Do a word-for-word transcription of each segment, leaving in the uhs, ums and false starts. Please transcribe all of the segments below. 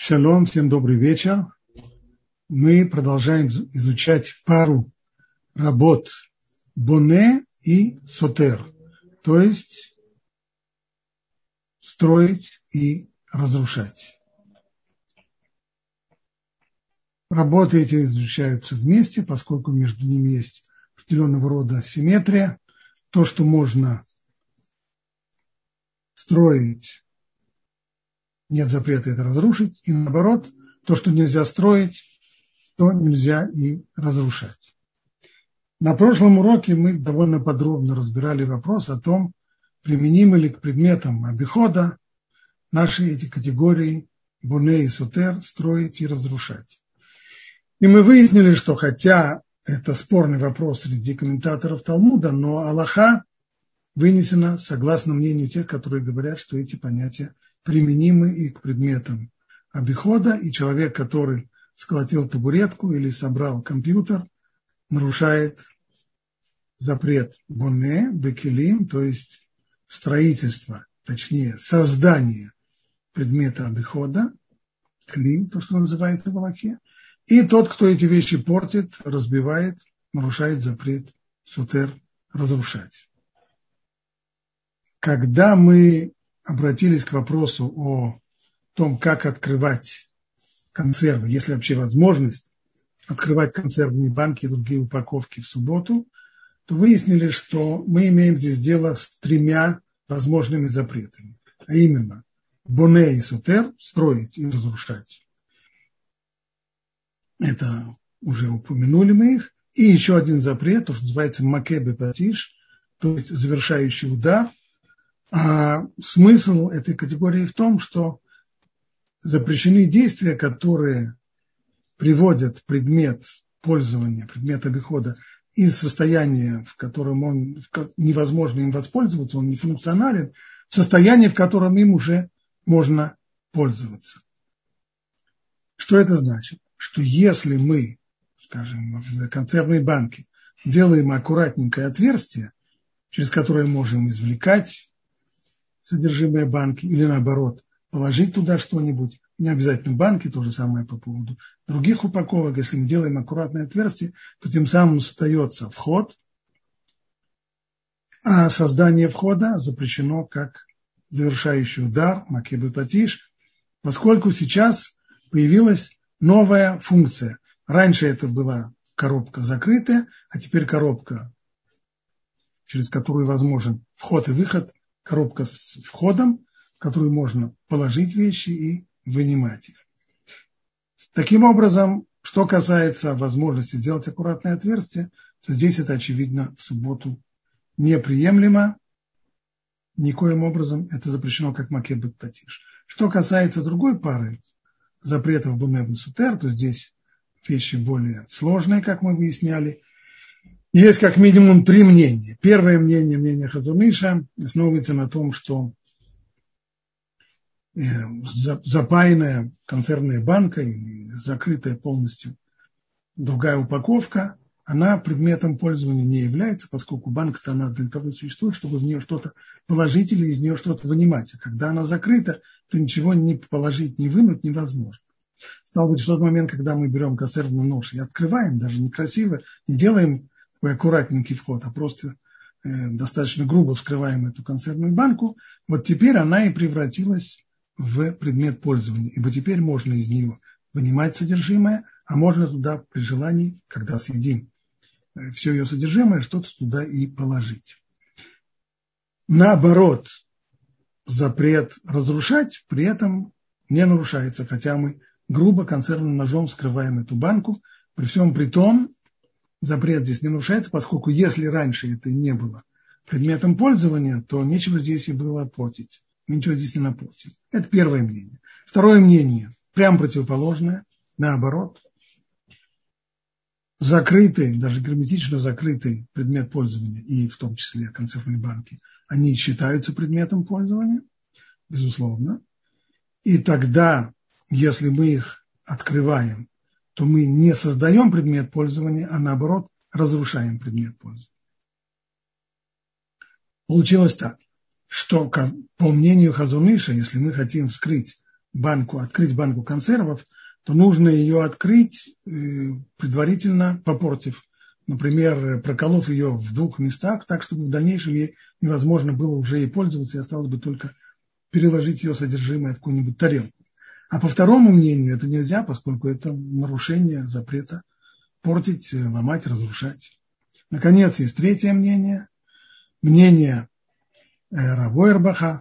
Шалом, всем добрый вечер. Мы продолжаем изучать пару работ Боне и Сотер, то есть строить и разрушать. Работы эти изучаются вместе, поскольку между ними есть определенного рода симметрия. То, что можно строить, нет запрета это разрушить, и наоборот, то, что нельзя строить, то нельзя и разрушать. На прошлом уроке мы довольно подробно разбирали вопрос о том, применимы ли к предметам обихода наши эти категории Боне и Сотер строить и разрушать. И мы выяснили, что хотя это спорный вопрос среди комментаторов Талмуда, но алаха вынесена согласно мнению тех, которые говорят, что эти понятия применимы и к предметам обихода, и человек, который сколотил табуретку или собрал компьютер, нарушает запрет боне, бекелим, то есть строительство, точнее создание предмета обихода, кли, то, что называется в алахе, и тот, кто эти вещи портит, разбивает, нарушает запрет сотер разрушать. Когда мы обратились к вопросу о том, как открывать консервы, есть ли вообще возможность открывать консервные банки и другие упаковки в субботу, то выяснили, что мы имеем здесь дело с тремя возможными запретами. А именно, боне и сотер, строить и разрушать. Это уже упомянули мы их. И еще один запрет, то, что называется маке бепатиш, то есть завершающий удар. А смысл этой категории в том, что запрещены действия, которые приводят предмет пользования, предмет обихода из состояния, в котором он невозможно им воспользоваться, он не функционален, в состояние, в котором им уже можно пользоваться. Что это значит? Что если мы, скажем, в консервной банке делаем аккуратненькое отверстие, через которое можем извлекать содержимое банки или наоборот положить туда что-нибудь, не обязательно банки, то же самое по поводу других упаковок, если мы делаем аккуратное отверстие, то тем самым остается вход, а создание входа запрещено как завершающий удар, маке бепатиш, поскольку сейчас появилась новая функция. Раньше это была коробка закрытая, а теперь коробка, через которую возможен вход и выход, коробка с входом, в которую можно положить вещи и вынимать их. Таким образом, что касается возможности сделать аккуратное отверстие, то здесь это, очевидно, в субботу неприемлемо. Никоим образом это запрещено как маке бепатиш. Что касается другой пары запретов боне и сотер, то здесь вещи более сложные, как мы выясняли. Есть как минимум три мнения. Первое мнение, мнение Хазон Иша, основывается на том, что запаянная консервная банка или закрытая полностью другая упаковка, она предметом пользования не является, поскольку банка-то она для того и существует, чтобы в нее что-то положить или из нее что-то вынимать. А когда она закрыта, то ничего не положить, не вынуть невозможно. Стало быть, в тот момент, когда мы берем консервный нож и открываем, даже некрасиво, не делаем такой аккуратненький вход, а просто э, достаточно грубо вскрываем эту консервную банку, вот теперь она и превратилась в предмет пользования, ибо теперь можно из нее вынимать содержимое, а можно туда при желании, когда съедим все ее содержимое, что-то туда и положить. Наоборот, запрет разрушать при этом не нарушается, хотя мы грубо консервным ножом вскрываем эту банку, при всем при том запрет здесь не нарушается, поскольку если раньше это и не было предметом пользования, то нечего здесь и было портить. Мы ничего здесь не напортим. Это первое мнение. Второе мнение, прямо противоположное, наоборот. Закрытый, даже герметично закрытый предмет пользования, и в том числе консервные банки, они считаются предметом пользования, безусловно. И тогда, если мы их открываем, то мы не создаем предмет пользования, а наоборот разрушаем предмет пользования. Получилось так, что, по мнению Хазон Иша, если мы хотим вскрыть банку, открыть банку консервов, то нужно ее открыть, предварительно попортив. Например, проколов ее в двух местах, так, чтобы в дальнейшем ей невозможно было уже ей пользоваться, и осталось бы только переложить ее содержимое в какую-нибудь тарелку. А по второму мнению это нельзя, поскольку это нарушение запрета портить, ломать, разрушать. Наконец, есть третье мнение, мнение Рав Ойербаха,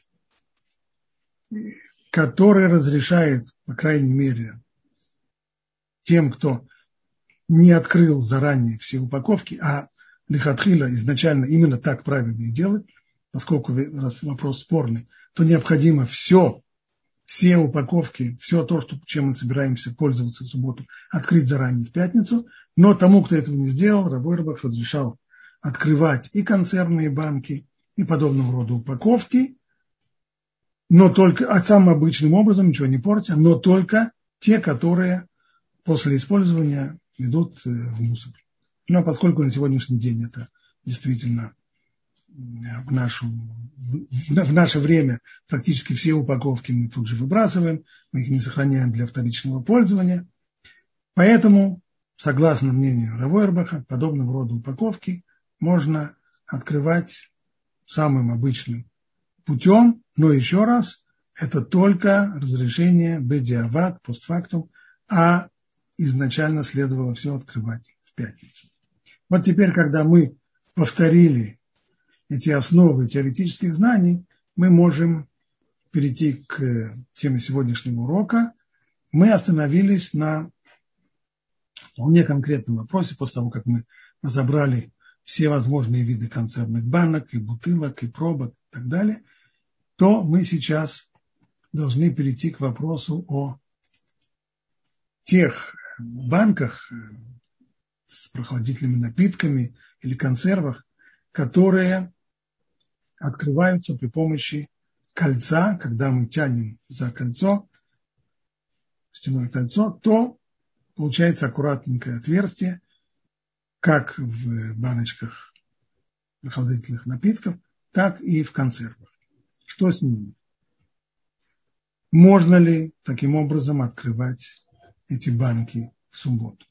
который разрешает, по крайней мере, тем, кто не открыл заранее все упаковки, а лихатхила изначально именно так правильно и делать, поскольку раз вопрос спорный, то необходимо все, все упаковки, все то, что, чем мы собираемся пользоваться в субботу, открыть заранее в пятницу. Но тому, кто этого не сделал, Рав Ойербах разрешал открывать и консервные банки, и подобного рода упаковки, но только, а самым обычным образом, ничего не портя, но только те, которые после использования идут в мусор. Но поскольку на сегодняшний день это действительно в, нашу, в наше время практически все упаковки мы тут же выбрасываем, мы их не сохраняем для вторичного пользования. Поэтому, согласно мнению Рав Ойербаха, подобного рода упаковки можно открывать самым обычным путем, но еще раз, это только разрешение бедиават, постфактум, а изначально следовало все открывать в пятницу. Вот теперь, когда мы повторили эти основы теоретических знаний, мы можем перейти к теме сегодняшнего урока. Мы остановились на вполне конкретном вопросе, после того, как мы разобрали все возможные виды консервных банок, и бутылок, и пробок, и так далее, то мы сейчас должны перейти к вопросу о тех банках с прохладительными напитками или консервах, которые открываются при помощи кольца. Когда мы тянем за кольцо, стеное кольцо, то получается аккуратненькое отверстие, как в баночках прохладительных напитков, так и в консервах. Что с ними? Можно ли таким образом открывать эти банки в субботу?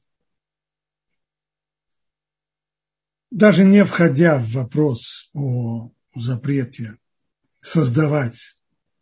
Даже не входя в вопрос о запрете создавать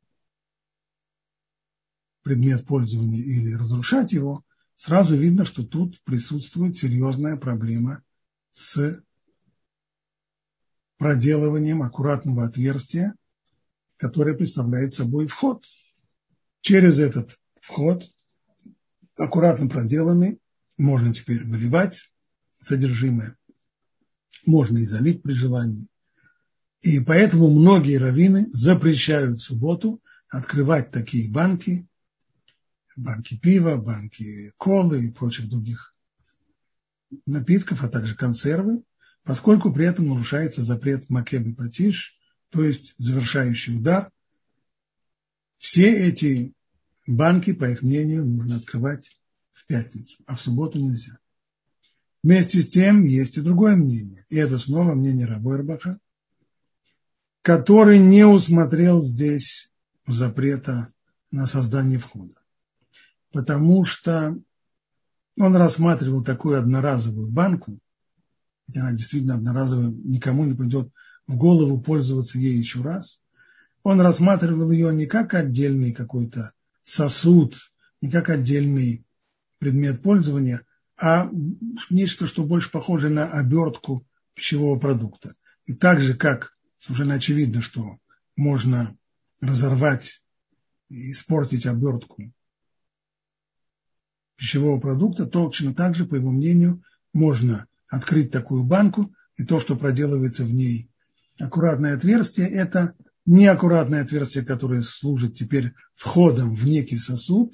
предмет пользования или разрушать его, сразу видно, что тут присутствует серьезная проблема с проделыванием аккуратного отверстия, которое представляет собой вход. Через этот вход, аккуратно проделанный, можно теперь выливать содержимое, можно и залить при желании. И поэтому многие раввины запрещают в субботу открывать такие банки, банки пива, банки колы и прочих других напитков, а также консервы, поскольку при этом нарушается запрет макеб и патиш, то есть завершающий удар. Все эти банки, по их мнению, нужно открывать в пятницу, а в субботу нельзя. Вместе с тем есть и другое мнение, и это снова мнение Рав Ойербаха, который не усмотрел здесь запрета на создание входа, потому что он рассматривал такую одноразовую банку, хотя она действительно одноразовая, никому не придет в голову пользоваться ей еще раз. Он рассматривал ее не как отдельный какой-то сосуд, не как отдельный предмет пользования, а нечто, что больше похоже на обертку пищевого продукта. И так же, как совершенно очевидно, что можно разорвать и испортить обертку пищевого продукта, точно так же, по его мнению, можно открыть такую банку, и то, что проделывается в ней аккуратное отверстие, это не аккуратное отверстие, которое служит теперь входом в некий сосуд,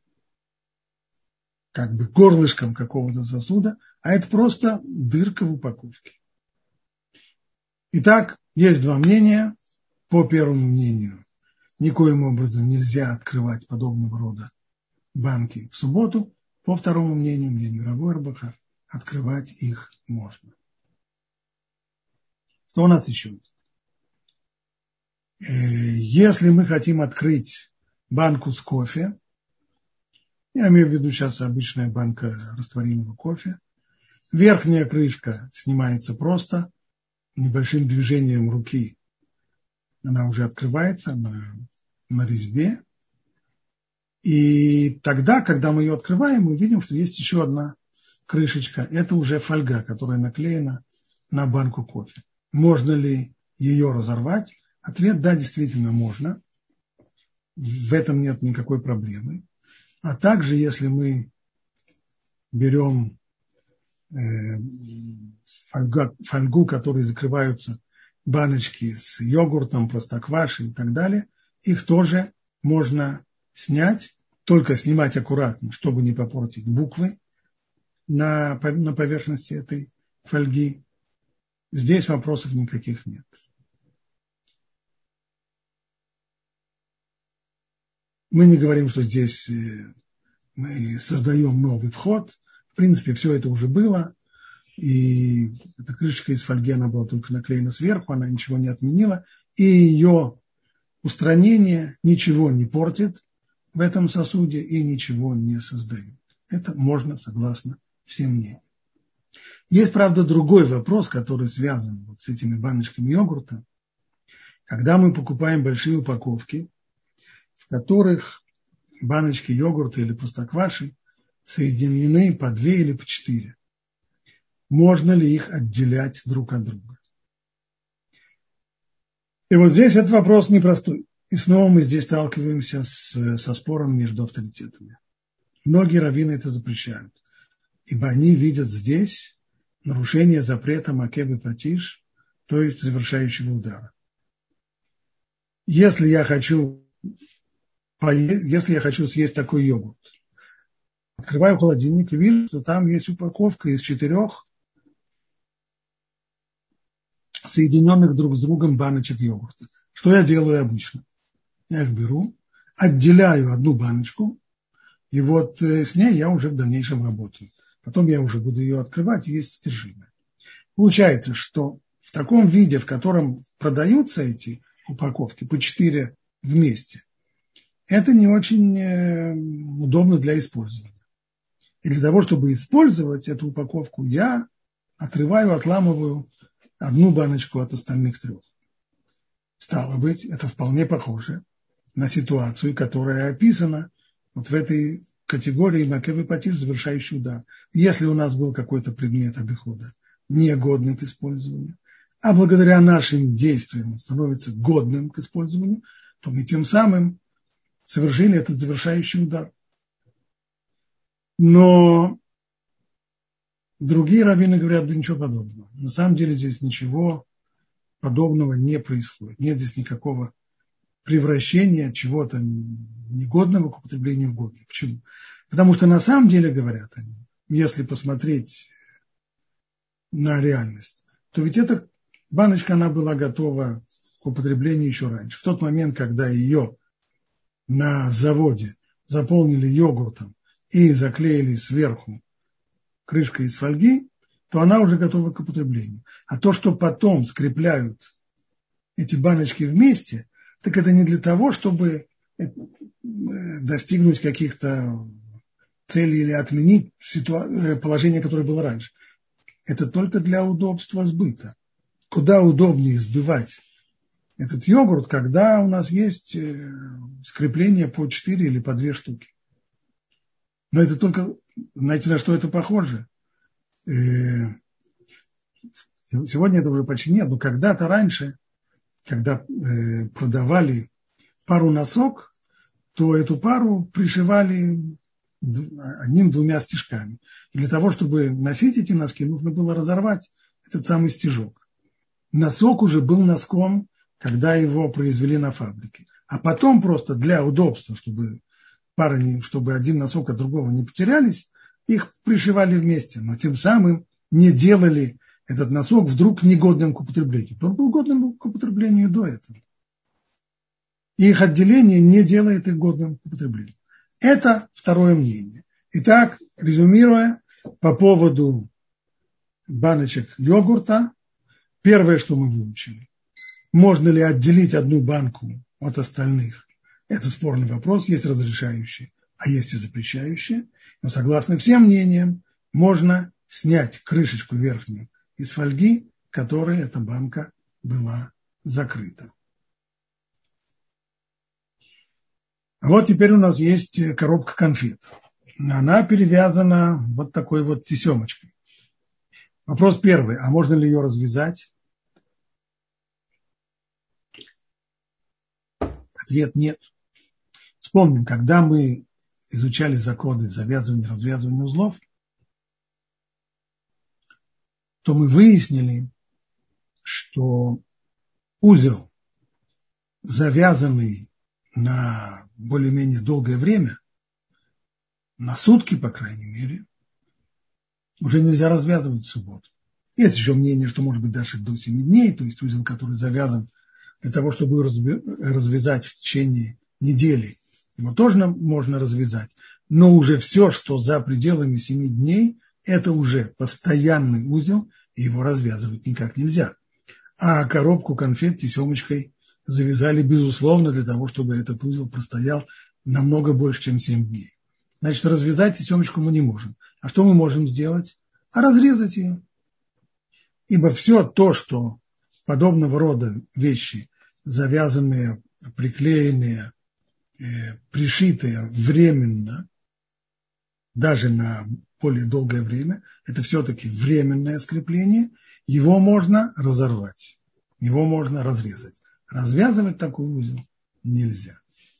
как бы горлышком какого-то сосуда, а это просто дырка в упаковке. Итак, есть два мнения. По первому мнению, никоим образом нельзя открывать подобного рода банки в субботу. По второму мнению, мнению Рав Ойербаха, открывать их можно. Что у нас еще есть? Если мы хотим открыть банку с кофе. Я имею в виду сейчас обычная банка растворимого кофе. Верхняя крышка снимается просто небольшим движением руки. Она уже открывается на, на резьбе. И тогда, когда мы ее открываем, мы видим, что есть еще одна крышечка. Это уже фольга, которая наклеена на банку кофе. Можно ли ее разорвать? Ответ – да, действительно можно. В этом нет никакой проблемы. А также, если мы берем э, фольга, фольгу, которой закрываются баночки с йогуртом, простоквашей и так далее, их тоже можно снять, только снимать аккуратно, чтобы не попортить буквы на, на поверхности этой фольги. Здесь вопросов никаких нет. Мы не говорим, что здесь мы создаем новый вход. В принципе, все это уже было. И эта крышечка из фольги, она была только наклеена сверху, она ничего не отменила. И ее устранение ничего не портит в этом сосуде и ничего не создает. Это можно, согласно всем мнениям. Есть, правда, другой вопрос, который связан вот с этими баночками йогурта. Когда мы покупаем большие упаковки, в которых баночки йогурта или простокваши соединены по две или по четыре, можно ли их отделять друг от друга? И вот здесь этот вопрос непростой. И снова мы здесь сталкиваемся с, со спором между авторитетами. Многие раввины это запрещают, ибо они видят здесь нарушение запрета макеб и патиш, то есть завершающего удара. Если я хочу, если я хочу съесть такой йогурт, открываю холодильник и вижу, что там есть упаковка из четырех соединенных друг с другом баночек йогурта. Что я делаю обычно? Я их беру, отделяю одну баночку, и вот с ней я уже в дальнейшем работаю. Потом я уже буду ее открывать и есть содержимое. Получается, что в таком виде, в котором продаются эти упаковки по четыре вместе, это не очень удобно для использования. И для того, чтобы использовать эту упаковку, я отрываю, отламываю одну баночку от остальных трех. Стало быть, это вполне похоже на ситуацию, которая описана вот в этой категории макеб и патиш, завершающий удар. Если у нас был какой-то предмет обихода негодный к использованию, а благодаря нашим действиям он становится годным к использованию, то мы тем самым совершили этот завершающий удар. Но другие раввины говорят, да ничего подобного. На самом деле здесь ничего подобного не происходит. Нет здесь никакого превращения чего-то негодного к употреблению в годное. Почему? Потому что на самом деле, говорят они, если посмотреть на реальность, то ведь эта баночка, она была готова к употреблению еще раньше. В тот момент, когда ее на заводе заполнили йогуртом и заклеили сверху крышкой из фольги, то она уже готова к употреблению. А то, что потом скрепляют эти баночки вместе, так это не для того, чтобы достигнуть каких-то целей или отменить ситуа- положение, которое было раньше. Это только для удобства сбыта. Куда удобнее сбивать этот йогурт, когда у нас есть скрепление по четыре или по две штуки. Но это только, знаете, на что это похоже? Сегодня это уже почти нет, но когда-то раньше, когда продавали пару носок, то эту пару пришивали одним-двумя стежками. И для того, чтобы носить эти носки, нужно было разорвать этот самый стежок. Носок уже был носком, когда его произвели на фабрике. А потом просто для удобства, чтобы пара не, чтобы один носок от другого не потерялись, их пришивали вместе, но тем самым не делали этот носок вдруг негодным к употреблению. Он был годным к употреблению до этого. И их отделение не делает их годным к употреблению. Это второе мнение. Итак, резюмируя, по поводу баночек йогурта, первое, что мы выучили, можно ли отделить одну банку от остальных, Это спорный вопрос, есть разрешающие, а есть и запрещающие. Но согласно всем мнениям, можно снять крышечку верхнюю из фольги, которой эта банка была закрыта. А вот теперь у нас есть коробка конфет. Она перевязана вот такой вот тесемочкой. Вопрос первый, а можно ли ее развязать? Ответ нет. Вспомним, когда мы изучали законы завязывания и развязывания узлов, то мы выяснили, что узел, завязанный на более-менее долгое время, на сутки, по крайней мере, уже нельзя развязывать в субботу. Есть еще мнение, что может быть даже до семи дней, то есть узел, который завязан для того, чтобы развязать в течение недели, его тоже можно развязать. Но уже все, что за пределами семи дней, это уже постоянный узел, и его развязывать никак нельзя. А коробку конфет тесемочкой завязали, безусловно, для того, чтобы этот узел простоял намного больше, чем семь дней. Значит, развязать тесемочку мы не можем. А что мы можем сделать? А разрезать ее. Ибо все то, что подобного рода вещи, завязанные, приклеенные, э, пришитые временно, даже на более долгое время, это все-таки временное скрепление, его можно разорвать, его можно разрезать. Развязывать такой узел нельзя.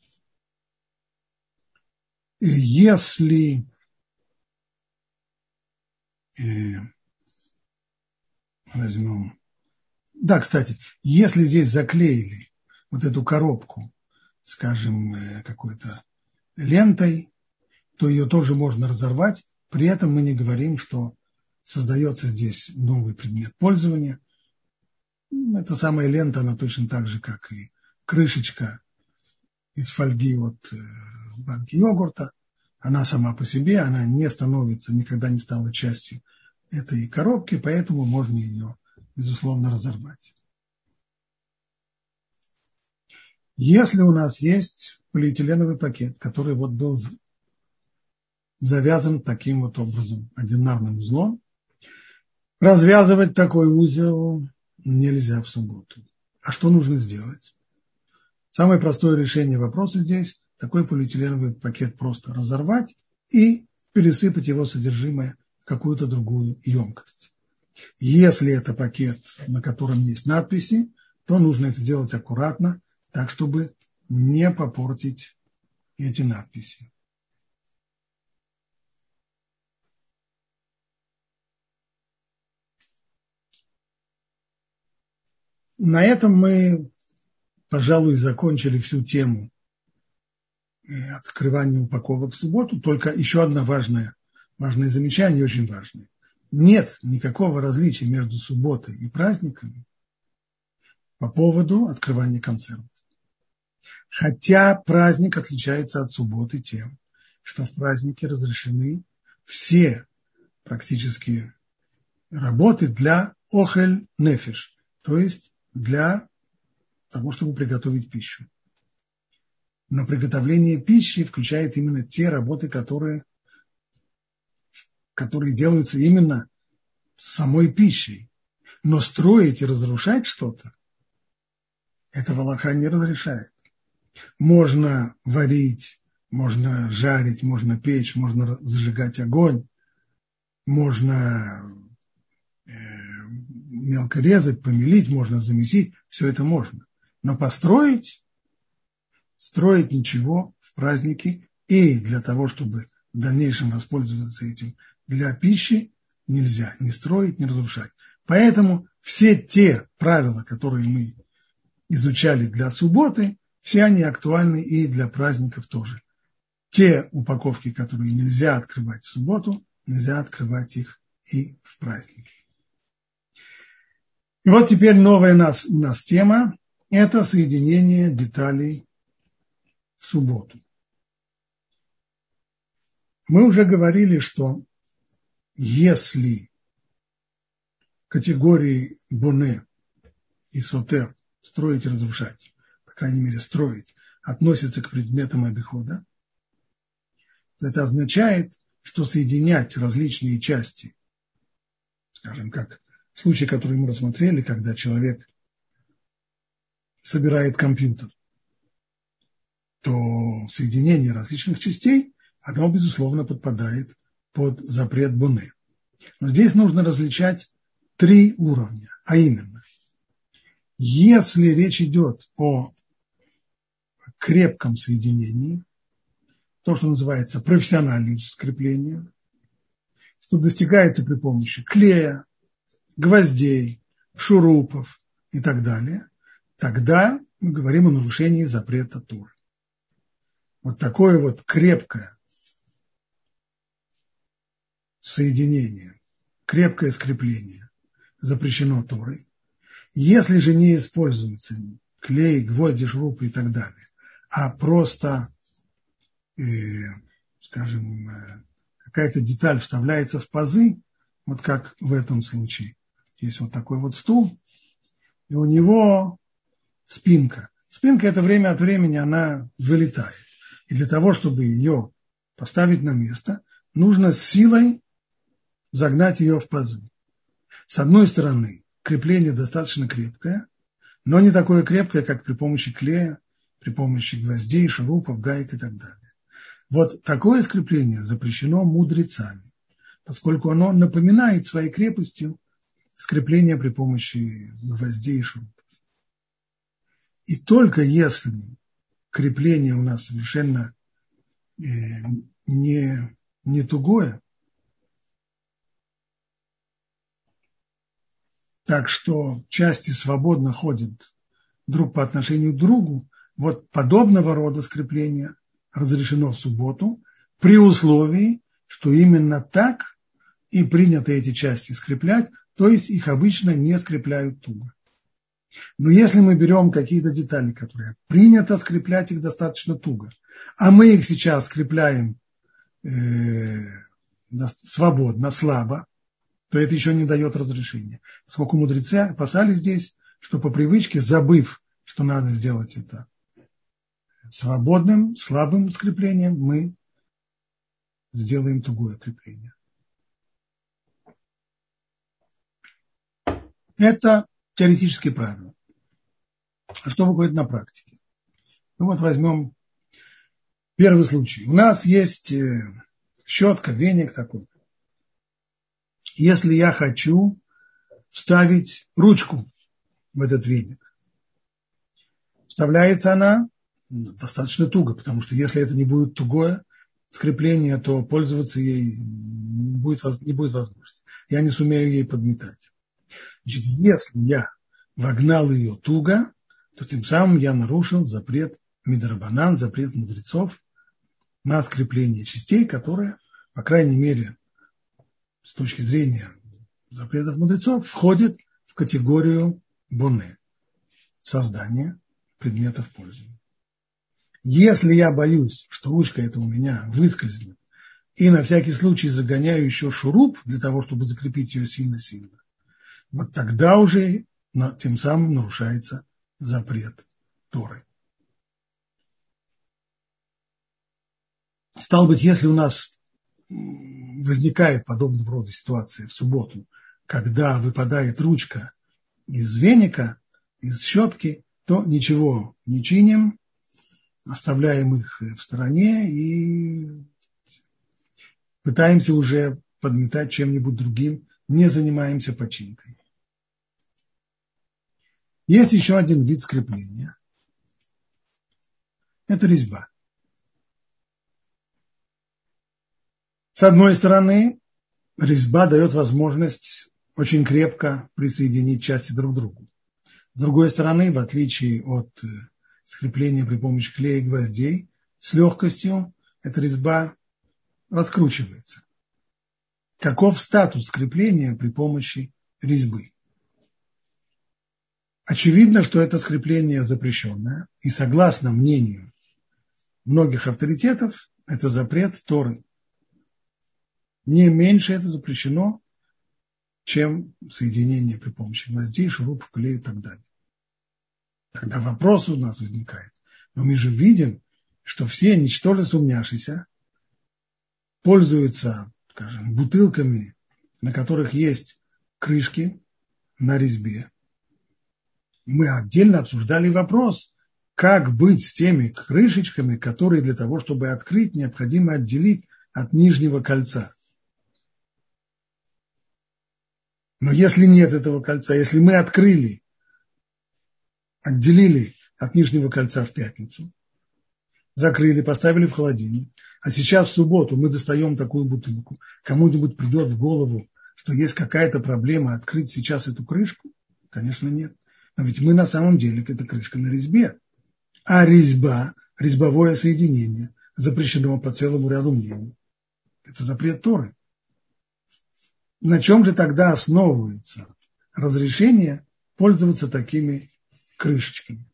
И если э, возьмем... Да, кстати, если здесь заклеили вот эту коробку, скажем, э, какой-то лентой, то ее тоже можно разорвать. При этом мы не говорим, что создается здесь новый предмет пользования. Эта самая лента, она точно так же, как и крышечка из фольги от банки йогурта. Она сама по себе, она не становится, никогда не стала частью этой коробки, поэтому можно ее, безусловно, разорвать. Если у нас есть полиэтиленовый пакет, который вот был завязан таким вот образом, одинарным узлом, развязывать такой узел нельзя в субботу. А что нужно сделать? Самое простое решение вопроса здесь – такой полиэтиленовый пакет просто разорвать и пересыпать его содержимое в какую-то другую емкость. Если это пакет, на котором есть надписи, то нужно это делать аккуратно, так, чтобы не попортить эти надписи. На этом мы, пожалуй, закончили всю тему открывания упаковок в субботу. Только еще одно важное, важное замечание, очень важное. Нет никакого различия между субботой и праздниками по поводу открывания консервов. Хотя праздник отличается от субботы тем, что в празднике разрешены все практически работы для охель нефеш, то есть для того, чтобы приготовить пищу. Но приготовление пищи включает именно те работы, которые, которые делаются именно самой пищей. Но строить и разрушать что-то, этого алаха не разрешает. Можно варить, можно жарить, можно печь, можно зажигать огонь, можно э, мелко резать, помелить, можно замесить, все это можно. Но построить, строить ничего в празднике и для того, чтобы в дальнейшем воспользоваться этим для пищи, нельзя ни строить, ни разрушать. Поэтому все те правила, которые мы изучали для субботы, все они актуальны и для праздников тоже. Те упаковки, которые нельзя открывать в субботу, нельзя открывать их и в праздники. И вот теперь новая у нас, у нас тема – это соединение деталей в субботу. Мы уже говорили, что если категории боне и сотер строить и разрушать, по крайней мере строить, относится к предметам обихода, это означает, что соединять различные части, скажем, как в случае, который мы рассмотрели, когда человек собирает компьютер, то соединение различных частей, оно, безусловно, подпадает под запрет Боне. Но здесь нужно различать три уровня, а именно, если речь идет о крепком соединении, то, что называется профессиональным скреплением, что достигается при помощи клея, гвоздей, шурупов и так далее, тогда мы говорим о нарушении запрета Торы. Вот такое вот крепкое соединение, крепкое скрепление запрещено Торой. Если же не используется клей, гвозди, шурупы и так далее, а просто, э, скажем, э, какая-то деталь вставляется в пазы, вот как в этом случае. Есть вот такой вот стул, и у него спинка. Спинка это время от времени она вылетает. И для того, чтобы ее поставить на место, нужно с силой загнать ее в пазы. С одной стороны, крепление достаточно крепкое, но не такое крепкое, как при помощи клея, при помощи гвоздей, шурупов, гаек и так далее. Вот такое скрепление запрещено мудрецами, поскольку оно напоминает своей крепостью скрепление при помощи гвоздей и шурупов. И только если крепление у нас совершенно э, не, не тугое, так что части свободно ходят друг по отношению к другу, вот подобного рода скрепление разрешено в субботу при условии, что именно так и принято эти части скреплять, то есть их обычно не скрепляют туго. Но если мы берем какие-то детали, которые принято скреплять их достаточно туго, а мы их сейчас скрепляем э, свободно, слабо, то это еще не дает разрешения. Поскольку мудрецы опасались здесь, что по привычке, забыв, что надо сделать это свободным, слабым скреплением, мы сделаем тугое крепление. Это теоретические правила. А что выходит на практике? Ну вот возьмем первый случай. У нас есть щетка, веник такой. Если я хочу вставить ручку в этот веник, вставляется она достаточно туго, потому что если это не будет тугое скрепление, то пользоваться ей будет, не будет возможности. Я не сумею ей подметать. Значит, если я вогнал ее туго, то тем самым я нарушил запрет мидрабанан, запрет мудрецов на скрепление частей, которые, по крайней мере, с точки зрения запретов мудрецов, входят в категорию боне, создания предметов пользования. Если я боюсь, что ручка эта у меня выскользнет, и на всякий случай загоняю еще шуруп для того, чтобы закрепить ее сильно-сильно, вот тогда уже тем самым нарушается запрет Торы. Стало быть, если у нас возникает подобного рода ситуация в субботу, когда выпадает ручка из веника, из щетки, то ничего не чиним, оставляем их в стороне и пытаемся уже подметать чем-нибудь другим, не занимаемся починкой. Есть еще один вид скрепления. Это резьба. С одной стороны, резьба дает возможность очень крепко присоединить части друг к другу. С другой стороны, в отличие от скрепления при помощи клея и гвоздей, с легкостью эта резьба раскручивается. Каков статус скрепления при помощи резьбы? Очевидно, что это скрепление запрещенное, и согласно мнению многих авторитетов, это запрет Торы. Не меньше это запрещено, чем соединение при помощи гвоздей, шурупов, клея и так далее. Тогда вопрос у нас возникает, Но мы же видим, что все, ничтоже сумняшися, пользуются, скажем, бутылками, на которых есть крышки на резьбе. Мы отдельно обсуждали вопрос, как быть с теми крышечками, которые для того, чтобы открыть, необходимо отделить от нижнего кольца. Но если нет этого кольца, если мы открыли, отделили от нижнего кольца в пятницу, закрыли, поставили в холодильник, а сейчас в субботу мы достаем такую бутылку, кому-нибудь придет в голову, что есть какая-то проблема открыть сейчас эту крышку? Конечно, нет. Но ведь мы на самом деле, это крышка на резьбе. А резьба, резьбовое соединение запрещено по целому ряду мнений. Это запрет Торы. На чем же тогда основывается разрешение пользоваться такими крышечками?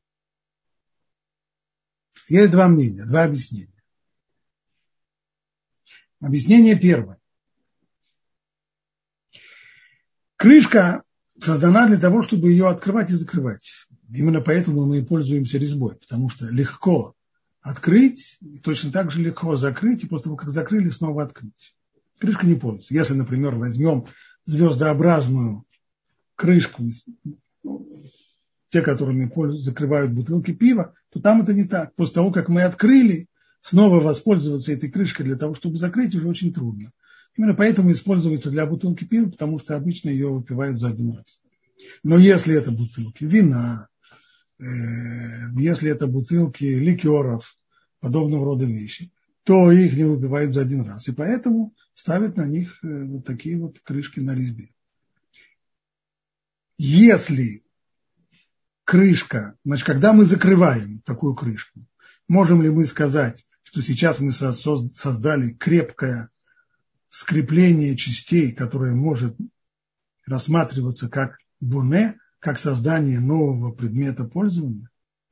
Есть два мнения, два объяснения. Объяснение первое. Крышка создана для того, чтобы ее открывать и закрывать. Именно поэтому мы и пользуемся резьбой, потому что легко открыть, и точно так же легко закрыть, и после того, как закрыли, снова открыть. Крышка не пользуется. Если, например, возьмем звездообразную крышку, ну, те, которыми закрывают бутылки пива, то там это не так. После того, как мы открыли, снова воспользоваться этой крышкой для того, чтобы закрыть, уже очень трудно. Именно поэтому используется для бутылки пива, потому что обычно ее выпивают за один раз. Но если это бутылки вина, э, если это бутылки ликеров, подобного рода вещи, то их не выпивают за один раз. И поэтому ставят на них э, вот такие вот крышки на резьбе. Если крышка, значит, когда мы закрываем такую крышку, можем ли мы сказать, что сейчас мы создали крепкое скрепление частей, которое может рассматриваться как боне, как создание нового предмета пользования?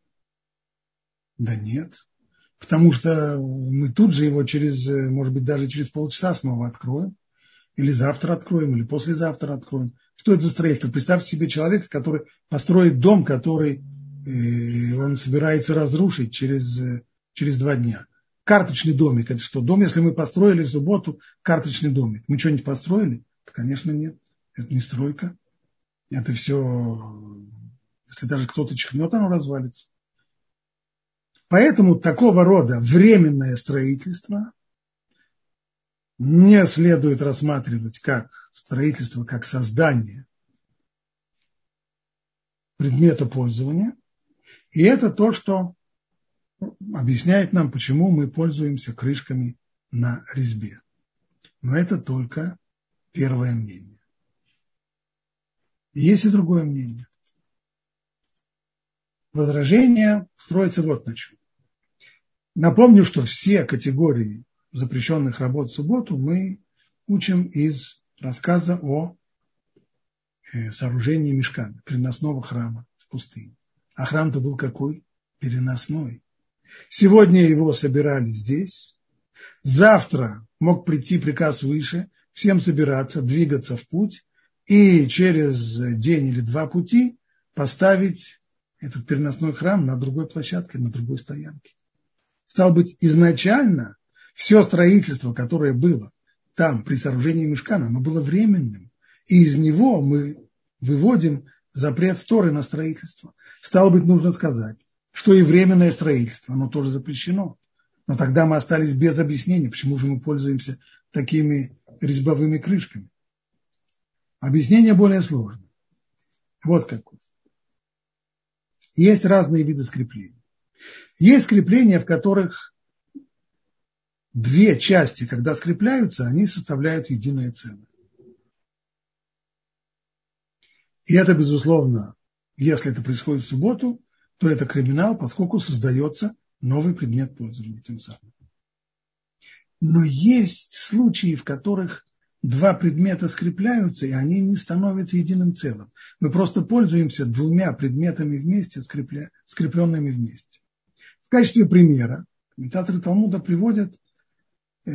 Да нет. Потому что мы тут же его через, может быть, даже через полчаса снова откроем. Или завтра откроем, или послезавтра откроем. Что это за строительство? Представьте себе человека, который построит дом, который э, он собирается разрушить через, э, через два дня. Карточный домик. Это что? Дом, если мы построили в субботу карточный домик. Мы что-нибудь построили? Конечно, нет. Это не стройка. Это все, если даже кто-то чихнет, оно развалится. Поэтому такого рода временное строительство не следует рассматривать как строительство, как создание предмета пользования. И это то, что объясняет нам, почему мы пользуемся крышками на резьбе. Но это только первое мнение. И есть и другое мнение. Возражение строится вот на чем. Напомню, что все категории запрещенных работ в субботу мы учим из рассказа о сооружении мишкана, переносного храма в пустыне. А храм-то был какой? Переносной. Сегодня его собирали здесь. Завтра мог прийти приказ выше, всем собираться, двигаться в путь и через день или два пути поставить этот переносной храм на другой площадке, на другой стоянке. Стало быть, изначально все строительство, которое было там при сооружении мишкана, оно было временным. И из него мы выводим запрет Торы на строительство. Стало быть, нужно сказать, что и временное строительство, оно тоже запрещено. Но тогда мы остались без объяснения, почему же мы пользуемся такими резьбовыми крышками. Объяснение более сложное. Вот какое. Есть разные виды скреплений. Есть скрепления, в которых две части, когда скрепляются, они составляют единое целое. И это, безусловно, если это происходит в субботу, то это криминал, поскольку создается новый предмет пользования тем самым. Но есть случаи, в которых два предмета скрепляются, и они не становятся единым целым. Мы просто пользуемся двумя предметами вместе, скрепля... скрепленными вместе. В качестве примера комментаторы Талмуда приводят э,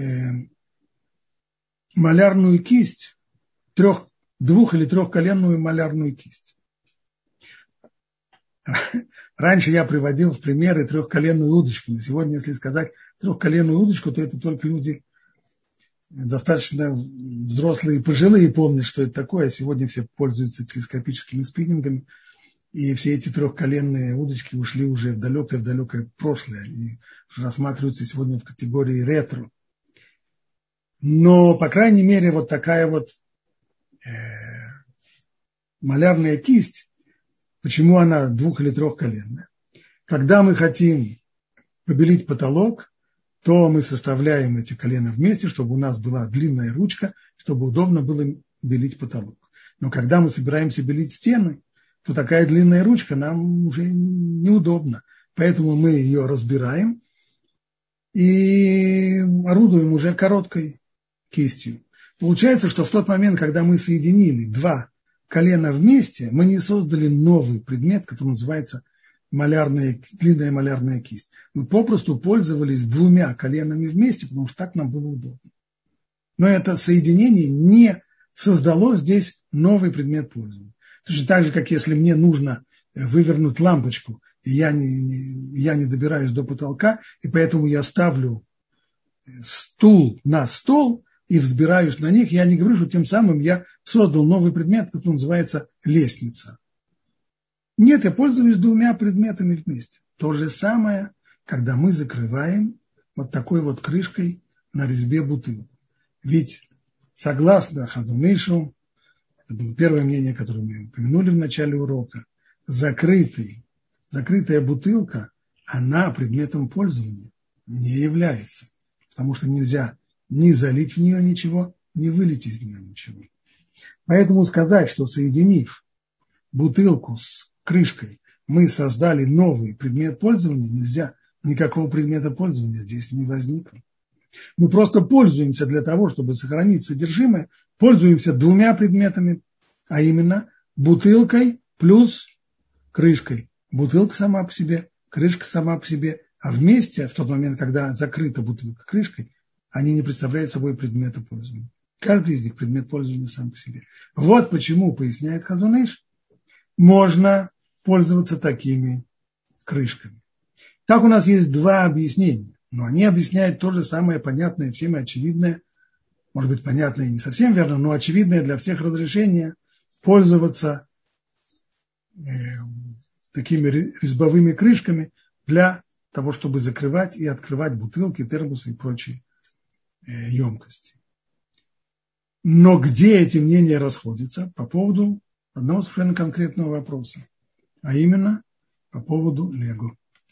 малярную кисть, трех, двух- или трехколенную малярную кисть. раньше я приводил в примеры трехколенную удочку. Но сегодня, если сказать трехколенную удочку, то это только люди достаточно взрослые и пожилые помнят, что это такое. А сегодня все пользуются телескопическими спиннингами. И все эти трехколенные удочки ушли уже в далекое-в-далекое прошлое. Они рассматриваются сегодня в категории ретро. Но, по крайней мере, вот такая вот э, малярная кисть, почему она двух- или трехколенная? Когда мы хотим побелить потолок, то мы составляем эти колена вместе, чтобы у нас была длинная ручка, чтобы удобно было белить потолок. Но когда мы собираемся белить стены, то такая длинная ручка нам уже неудобна. Поэтому мы ее разбираем и орудуем уже короткой кистью. Получается, что в тот момент, когда мы соединили два колена вместе, мы не создали новый предмет, который называется малярная, длинная малярная кисть. Мы попросту пользовались двумя коленами вместе, потому что так нам было удобно. Но это соединение не создало здесь новый предмет пользования. Точно так же, как если мне нужно вывернуть лампочку, и я не, не, я не добираюсь до потолка, и поэтому я ставлю стул на стол и взбираюсь на них, я не говорю, что тем самым я создал новый предмет, который называется лестница. Нет, я пользуюсь двумя предметами вместе. То же самое, когда мы закрываем вот такой вот крышкой на резьбе бутылку. Ведь согласно Хазон Ишу, это было первое мнение, которое мы упомянули в начале урока, закрытый, закрытая бутылка, она предметом пользования не является. Потому что нельзя ни залить в нее ничего, ни вылить из нее ничего. Поэтому сказать, что соединив бутылку с крышкой, мы создали новый предмет пользования, нельзя. Никакого предмета пользования здесь не возникло. Мы просто пользуемся для того, чтобы сохранить содержимое, пользуемся двумя предметами, а именно бутылкой плюс крышкой. Бутылка сама по себе, крышка сама по себе, а вместе, в тот момент, когда закрыта бутылка крышкой, они не представляют собой предмета пользования. Каждый из них предмет пользования сам по себе. Вот почему, поясняет Хазон Иш, можно пользоваться такими крышками. Так у нас есть два объяснения, но они объясняют то же самое понятное всем и очевидное, может быть, понятное и не совсем верно, но очевидное для всех разрешение пользоваться э, такими резьбовыми крышками для того, чтобы закрывать и открывать бутылки, термосы и прочие э, емкости. Но где эти мнения расходятся? По поводу одного совершенно конкретного вопроса, а именно по поводу лего.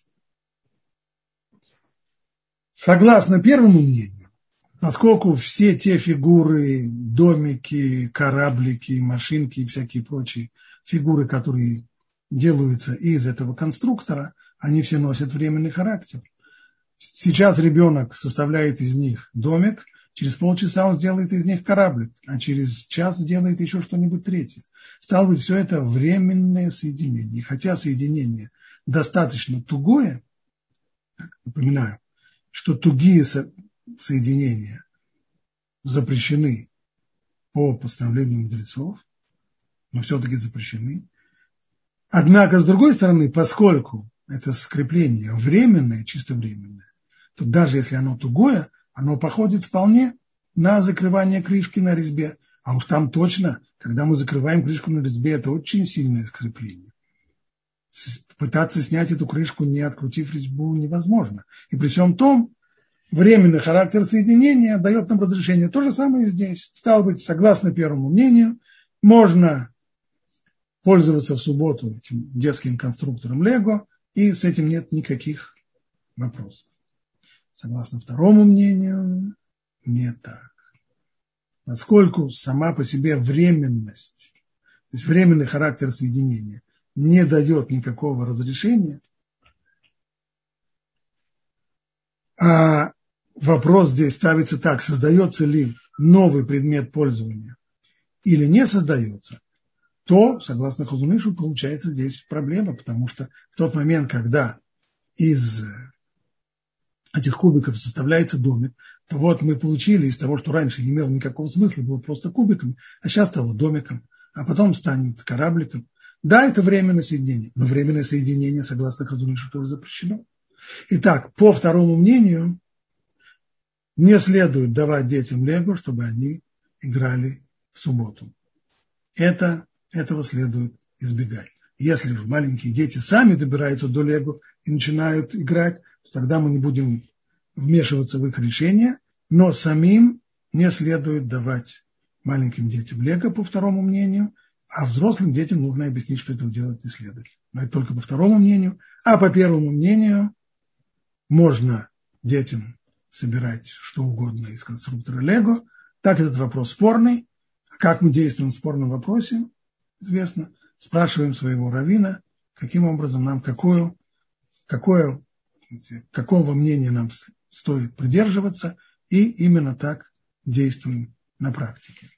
Согласно первому мнению, поскольку все те фигуры, домики, кораблики, машинки и всякие прочие фигуры, которые делаются из этого конструктора, они все носят временный характер. Сейчас ребенок составляет из них домик, через полчаса он сделает из них кораблик, а через час сделает еще что-нибудь третье. Стало быть, все это временное соединение. И хотя соединение достаточно тугое, напоминаю, что тугие со- соединения запрещены по постановлению мудрецов, но все-таки запрещены. Однако, с другой стороны, поскольку это скрепление временное, чисто временное, то даже если оно тугое, оно походит вполне на закрывание крышки на резьбе. А уж там точно, когда мы закрываем крышку на резьбе, это очень сильное скрепление. Пытаться снять эту крышку, не открутив резьбу, невозможно. И при всем том, временный характер соединения дает нам разрешение. То же самое и здесь. Стало быть, согласно первому мнению, можно пользоваться в субботу этим детским конструктором Лего, и с этим нет никаких вопросов. Согласно второму мнению, не так. Поскольку сама по себе временность, то есть временный характер соединения не дает никакого разрешения, а вопрос здесь ставится так, создается ли новый предмет пользования или не создается, то, согласно Хазон Ишу, получается здесь проблема, потому что в тот момент, когда из этих кубиков составляется домик, то вот мы получили из того, что раньше не имело никакого смысла, было просто кубиком, а сейчас стало домиком, а потом станет корабликом. Да, это временное соединение, но временное соединение, согласно Хазунишу, тоже запрещено. Итак, по второму мнению, не следует давать детям лего, чтобы они играли в субботу. Это, этого следует избегать. Если же маленькие дети сами добираются до лего и начинают играть, то тогда мы не будем вмешиваться в их решение, но самим не следует давать маленьким детям лего, по второму мнению, а взрослым детям нужно объяснить, что этого делать не следует. Но это только по второму мнению. А по первому мнению можно детям собирать что угодно из конструктора лего. Так этот вопрос спорный. Как мы действуем в спорном вопросе, известно. Спрашиваем своего раввина, каким образом нам, какое, какое, какого мнения нам стоит придерживаться, и именно так действуем на практике.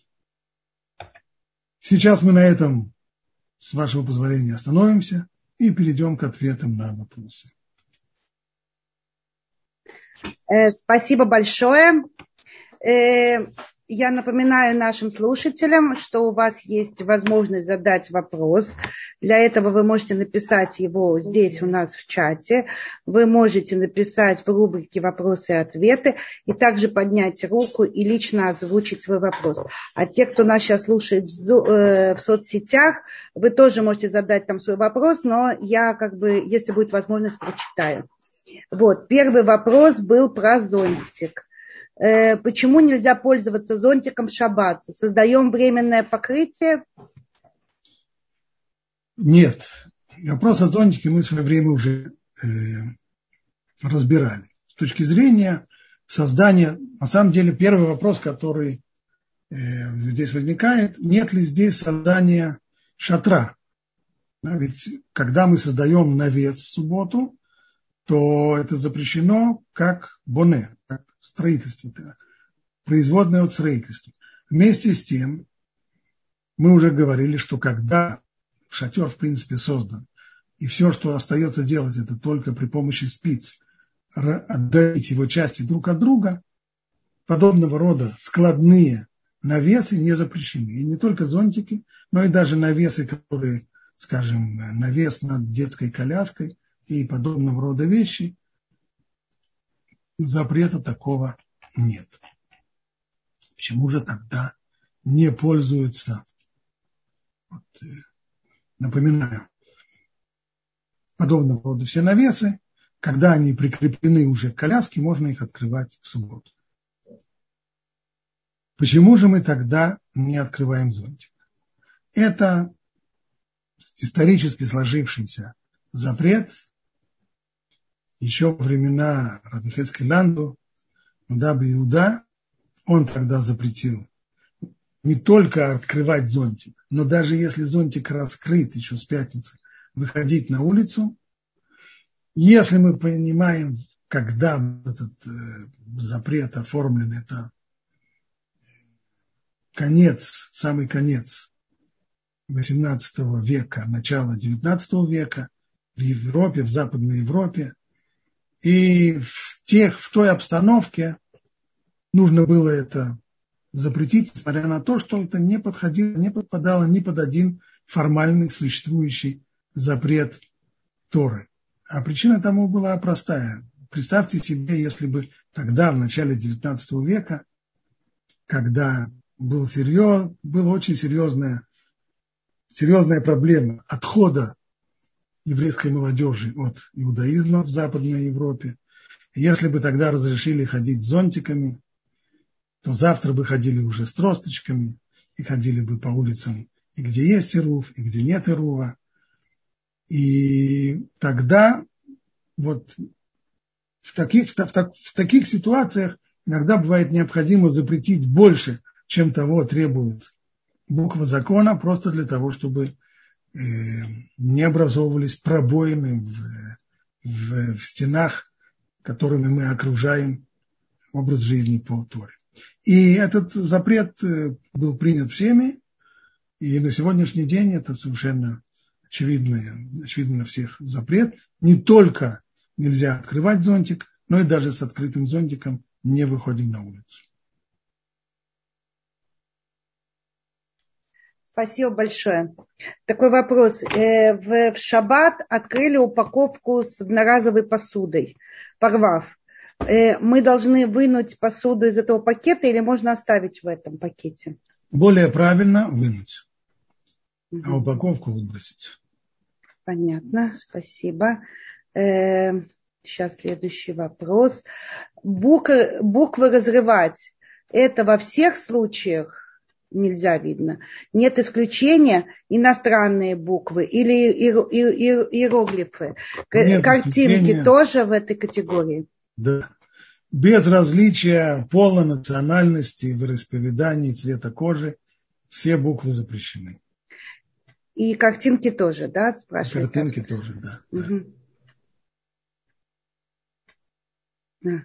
Сейчас мы на этом, с вашего позволения, остановимся и перейдем к ответам на вопросы. Спасибо большое. Я напоминаю нашим слушателям, что у вас есть возможность задать вопрос. Для этого вы можете написать его здесь у нас в чате. Вы можете написать в рубрике «Вопросы и ответы» и также поднять руку и лично озвучить свой вопрос. А те, кто нас сейчас слушает в соцсетях, вы тоже можете задать там свой вопрос, но я, как бы, если будет возможность, прочитаю. Вот, первый вопрос был про зонтик. Почему нельзя пользоваться зонтиком в шаббат? Создаем временное покрытие? Нет. Вопрос о зонтике мы в свое время уже э, разбирали. С точки зрения создания, на самом деле, первый вопрос, который э, здесь возникает, нет ли здесь создания шатра? Да, ведь когда мы создаем навес в субботу, то это запрещено как боне, как строительство, производное от строительства. Вместе с тем, мы уже говорили, что когда шатер, в принципе, создан, и все, что остается делать, это только при помощи спиц отдалить его части друг от друга, подобного рода складные навесы не запрещены. И не только зонтики, но и даже навесы, которые, скажем, навес над детской коляской и подобного рода вещи, запрета такого нет. Почему же тогда не пользуются, вот, напоминаю, подобного рода все навесы, когда они прикреплены уже к коляске, можно их открывать в субботу. Почему же мы тогда не открываем зонтик? Это исторически сложившийся запрет еще во времена Раби Йехескель Ланду, Раби Иуда, он тогда запретил не только открывать зонтик, но даже если зонтик раскрыт еще с пятницы, выходить на улицу. Если мы понимаем, когда этот э, запрет оформлен, это конец, самый конец восемнадцатого века, начало девятнадцатого века в Европе, в Западной Европе, и в, тех, в той обстановке нужно было это запретить, несмотря на то, что это не подходило, не подпадало ни под один формальный существующий запрет Торы. А причина тому была простая. Представьте себе, если бы тогда, в начале девятнадцатого века, когда был серьез, была очень серьезная, серьезная проблема отхода еврейской молодежи от иудаизма в Западной Европе, если бы тогда разрешили ходить с зонтиками, то завтра бы ходили уже с тросточками и ходили бы по улицам, и где есть ирув, и где нет ирува. И тогда вот в таких, в, в, в таких ситуациях иногда бывает необходимо запретить больше, чем того требует буква закона, просто для того, чтобы э, не образовывались пробоины в, в, в стенах, которыми мы окружаем образ жизни по Торе. И этот запрет был принят всеми, и на сегодняшний день это совершенно очевидный, очевидно на всех запрет. Не только нельзя открывать зонтик, но и даже с открытым зонтиком не выходим на улицу. Спасибо большое. Такой вопрос. В шаббат открыли упаковку с одноразовой посудой, порвав. Мы должны вынуть посуду из этого пакета или можно оставить в этом пакете? Более правильно вынуть, угу. а упаковку выбросить. Понятно, спасибо. Сейчас следующий вопрос. Буквы, буквы разрывать. Это во всех случаях? Нельзя, видно. Нет исключения иностранные буквы или иероглифы. Нет Картинки исключения. Тоже в этой категории? Да. Без различия пола, национальности, вероисповедания, цвета кожи, все буквы запрещены. И картинки тоже, да, спрашивают? Картинки так? Тоже, да. Угу. да.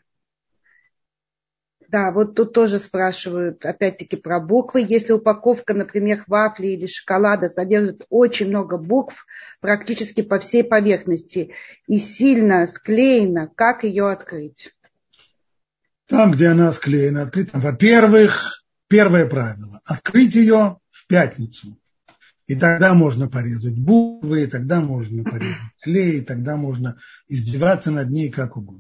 Да, вот тут тоже спрашивают, опять-таки, про буквы. Если упаковка, например, вафли или шоколада содержит очень много букв практически по всей поверхности и сильно склеена, как ее открыть? Там, где она склеена, открыть. Во-первых, первое правило. Открыть ее в пятницу. И тогда можно порезать буквы, и тогда можно порезать клей, и тогда можно издеваться над ней как угодно.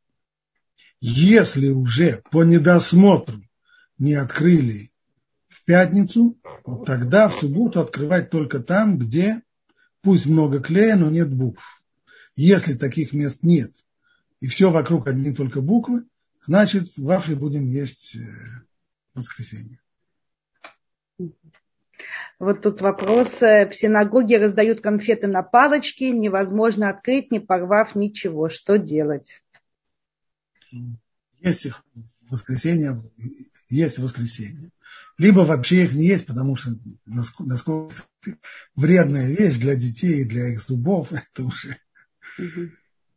Если уже по недосмотру не открыли в пятницу, вот тогда в субботу открывать только там, где пусть много клея, но нет букв. Если таких мест нет, и все вокруг одни только буквы, значит, вафли будем есть в воскресенье. Вот тут вопрос. В синагоге раздают конфеты на палочке, невозможно открыть, не порвав ничего. Что делать? Есть их в воскресенье, есть в воскресенье. Либо вообще их не есть, потому что насколько вредная вещь для детей и для их зубов, это уже... Угу.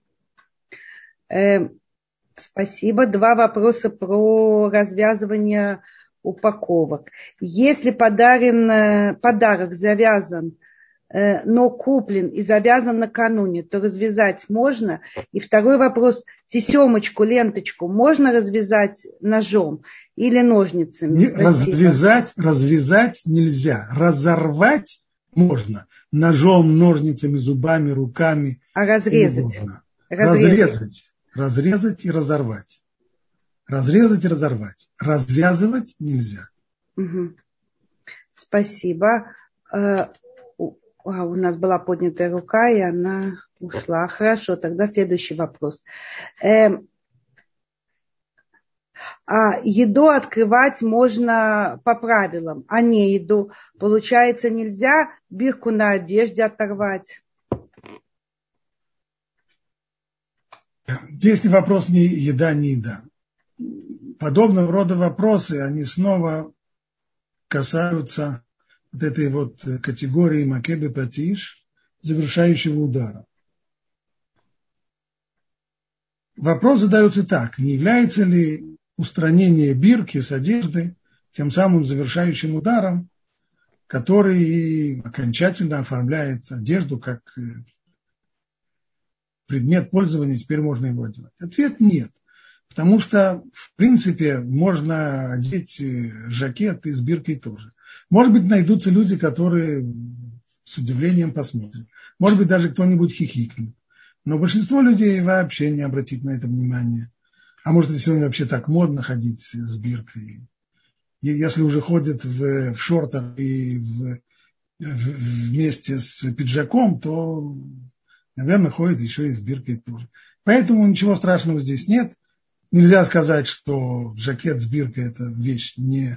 Э, спасибо. Два вопроса про развязывание упаковок. Если подарен, подарок завязан, но куплен и завязан накануне, то развязать можно. И второй вопрос, тесемочку, ленточку можно развязать ножом или ножницами? Развязать, развязать нельзя. Разорвать можно ножом, ножницами, зубами, руками. А разрезать? Разрезать. Разрезать. Разрезать и разорвать. Разрезать и разорвать. Развязывать нельзя. Угу. Спасибо. А, у нас была поднятая рука, и она ушла. Хорошо, тогда следующий вопрос. Эм, а еду открывать можно по правилам, а не еду. Получается, нельзя бирку на одежде оторвать? Здесь вопрос не еда, не еда. Подобного рода вопросы, они снова касаются вот этой вот категории макебе патиш, завершающего удара. Вопрос задается так: не является ли устранение бирки с одежды тем самым завершающим ударом, который окончательно оформляет одежду как предмет пользования, теперь можно его одевать? Ответ нет. Потому что, в принципе, можно одеть жакет и с биркой тоже. Может быть, найдутся люди, которые с удивлением посмотрят. Может быть, даже кто-нибудь хихикнет. Но большинство людей вообще не обратит на это внимание. А может, это сегодня вообще так модно ходить с биркой. И если уже ходят в, в шортах и в, в, вместе с пиджаком, то, наверное, ходят еще и с биркой тоже. Поэтому ничего страшного здесь нет. Нельзя сказать, что жакет с биркой – это вещь не...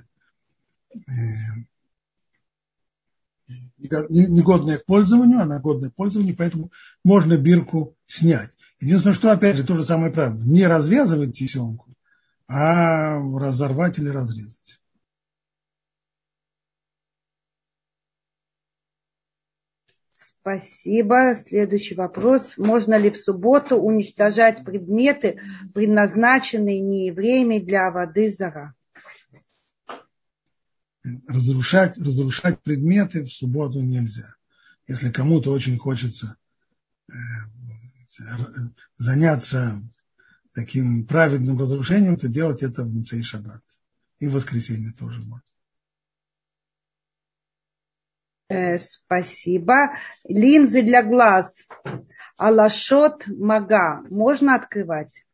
негодная к пользованию, она годная к пользованию, поэтому можно бирку снять. Единственное, что, опять же, то же самое правило. Не развязывать тесемку, а разорвать или разрезать. Спасибо. Следующий вопрос. Можно ли в субботу уничтожать предметы, предназначенные неевреями для воды зара? Разрушать, разрушать предметы в субботу нельзя. Если кому-то очень хочется э, заняться таким праведным разрушением, то делать это в Моцей шаббат. И в воскресенье тоже можно. Э, спасибо. Линзы для глаз. Алашот мага. Можно открывать?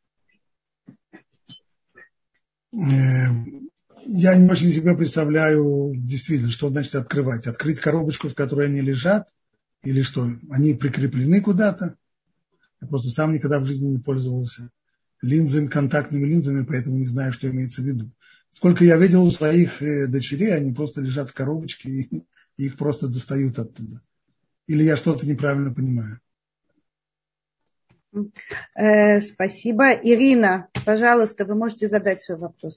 Я не очень себе представляю действительно, что значит открывать. Открыть коробочку, в которой они лежат, или что? Они прикреплены куда-то. Я просто сам никогда в жизни не пользовался линзами, контактными линзами, поэтому не знаю, что имеется в виду. Сколько я видел у своих дочерей, они просто лежат в коробочке и их просто достают оттуда. Или я что-то неправильно понимаю? Э, спасибо. Ирина, пожалуйста, вы можете задать свой вопрос.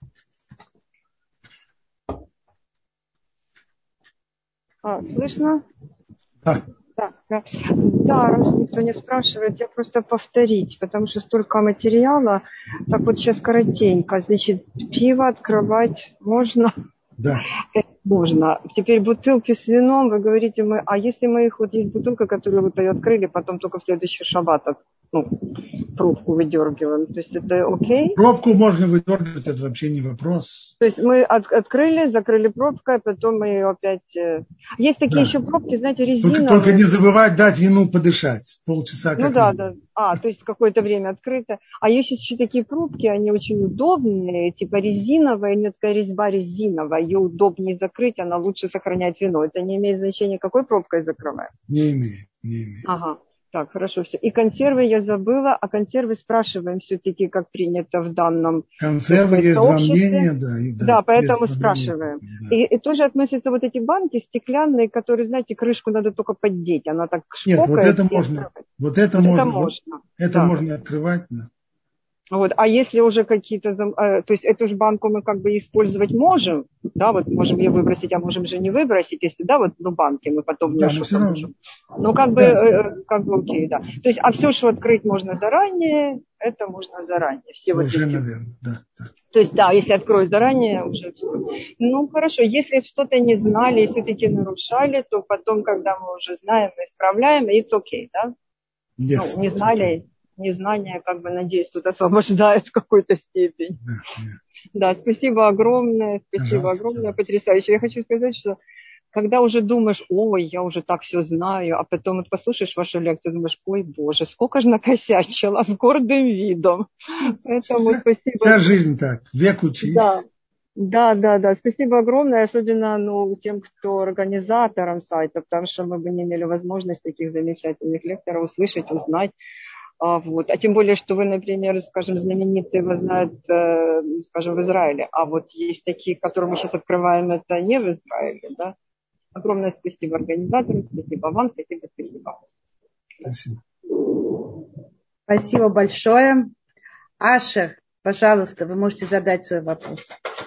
А, слышно? Да. Да, да. Да, раз никто не спрашивает, я просто повторить, потому что столько материала. Так вот сейчас коротенько. Значит, пиво открывать можно? Да. Можно. Теперь бутылки с вином, вы говорите, мы, а если мы их, вот есть бутылка, которую вы открыли, потом только в следующий шаббат, ну, пробку выдергиваем, то есть это окей? Пробку можно выдергивать, это вообще не вопрос. То есть мы от, открыли, закрыли пробкой, потом мы ее опять... Есть такие да. еще пробки, знаете, резиновые. Только, только не забывать дать вину подышать, полчаса как Ну да, да. А, то есть какое-то время открыто. А есть еще такие пробки, они очень удобные, типа резиновая, у нее такая резьба резиновая, ее удобнее закрыть, она лучше сохраняет вино. Это не имеет значения, какой пробкой закрываем? Не имеет, не имеет. Ага. Так, хорошо, все. И консервы я забыла, а консервы спрашиваем все-таки, как принято в данном консервы есть два мнения, да. И, да, да, поэтому спрашиваем. Да. И, и тоже относятся вот эти банки стеклянные, которые, знаете, крышку надо только поддеть, она так шпокает. Нет, вот это можно, вот это вот можно, это можно, это да. можно открывать, да. Вот. А если уже какие-то, то есть эту же банку мы как бы использовать можем, да, вот можем ее выбросить, а можем же не выбросить, если, да, вот, ну, банки мы потом да, не что-то можем. Ну, как бы, да. как бы окей, да. То есть, а все, что открыть можно заранее, это можно заранее. Все совершенно вот эти... верно, да, да. То есть, да, если откроют заранее, уже все. Ну, хорошо, если что-то не знали и все-таки нарушали, то потом, когда мы уже знаем, мы исправляем, и it's okay, да? Yes, ну, не знали... Okay. Незнание, как бы, надеюсь, тут освобождает в какой-то степени. Да, да. да, спасибо огромное, спасибо пожалуйста, огромное, пожалуйста. Потрясающе. Я хочу сказать, что когда уже думаешь, ой, я уже так все знаю, а потом вот послушаешь вашу лекцию, думаешь, ой, боже, сколько же накосячила с гордым видом. Поэтому спасибо. Вся жизнь так, век учись. Да. Да, да, да. Спасибо огромное, особенно ну, тем, кто организатором сайта, потому что мы бы не имели возможности таких замечательных лекторов услышать, узнать. А, вот. а тем более, что вы, например, скажем, знаменитые, его знают, э, скажем, в Израиле. А вот есть такие, которые мы сейчас открываем, это не в Израиле, да? Огромное спасибо организаторам, спасибо вам, спасибо, спасибо. Спасибо. Спасибо большое. Ашер, пожалуйста, вы можете задать свой вопрос.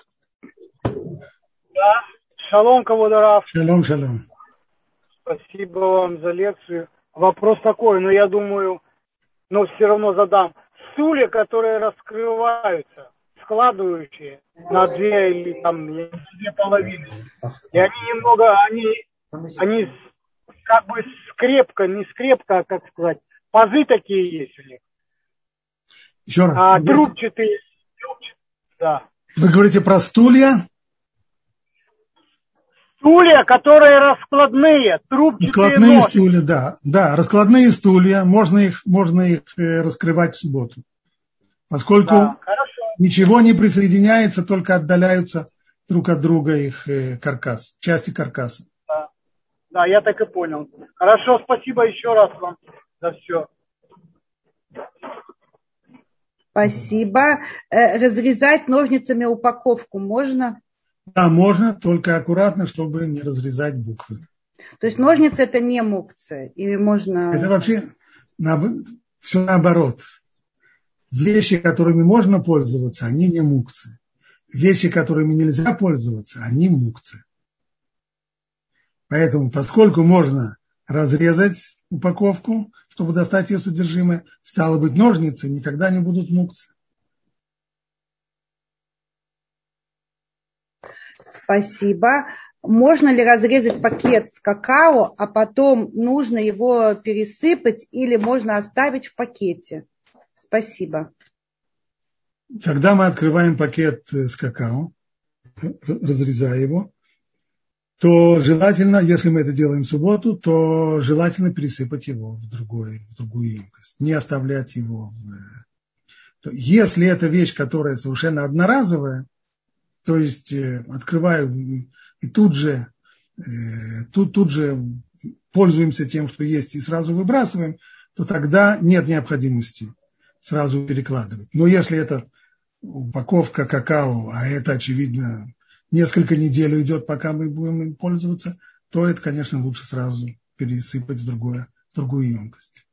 Да, шалом, каводарав. Шалом, шалом. Спасибо вам за лекцию. Вопрос такой, но я думаю... но все равно задам. Стулья, которые раскрываются, складывающие на две или там две половины. И они немного, они, они как бы скрепка, не скрепка, а как сказать, пазы такие есть у них. Еще раз. А трубчатые, трубчатые, да. Вы говорите про стулья? Стулья, которые раскладные, трубчатые раскладные ножки. стулья, да, да, раскладные стулья, можно их, можно их э, раскрывать в субботу, поскольку да, ничего не присоединяется, только отдаляются друг от друга их э, каркас, части каркаса. Да. да, я так и понял. Хорошо, спасибо еще раз вам за все. Спасибо. Э, разрезать ножницами упаковку можно? Да, можно, только аккуратно, чтобы не разрезать буквы. То есть ножницы это не мукция, и можно... Это вообще на, все наоборот. Вещи, которыми можно пользоваться, они не мукции. Вещи, которыми нельзя пользоваться, они мукции. Поэтому, поскольку можно разрезать упаковку, чтобы достать ее содержимое, стало быть, ножницы никогда не будут мукции. Спасибо. Можно ли разрезать пакет с какао, а потом нужно его пересыпать или можно оставить в пакете? Спасибо. Когда мы открываем пакет с какао, разрезая его, то желательно, если мы это делаем в субботу, то желательно пересыпать его в, другой, в другую емкость, не оставлять его в... Если это вещь, которая совершенно одноразовая, то есть открываю и, и тут же, тут, тут же пользуемся тем, что есть, и сразу выбрасываем, то тогда нет необходимости сразу перекладывать. Но если это упаковка какао, а это, очевидно, несколько недель уйдет, пока мы будем им пользоваться, то это, конечно, лучше сразу пересыпать в, другое, в другую емкость.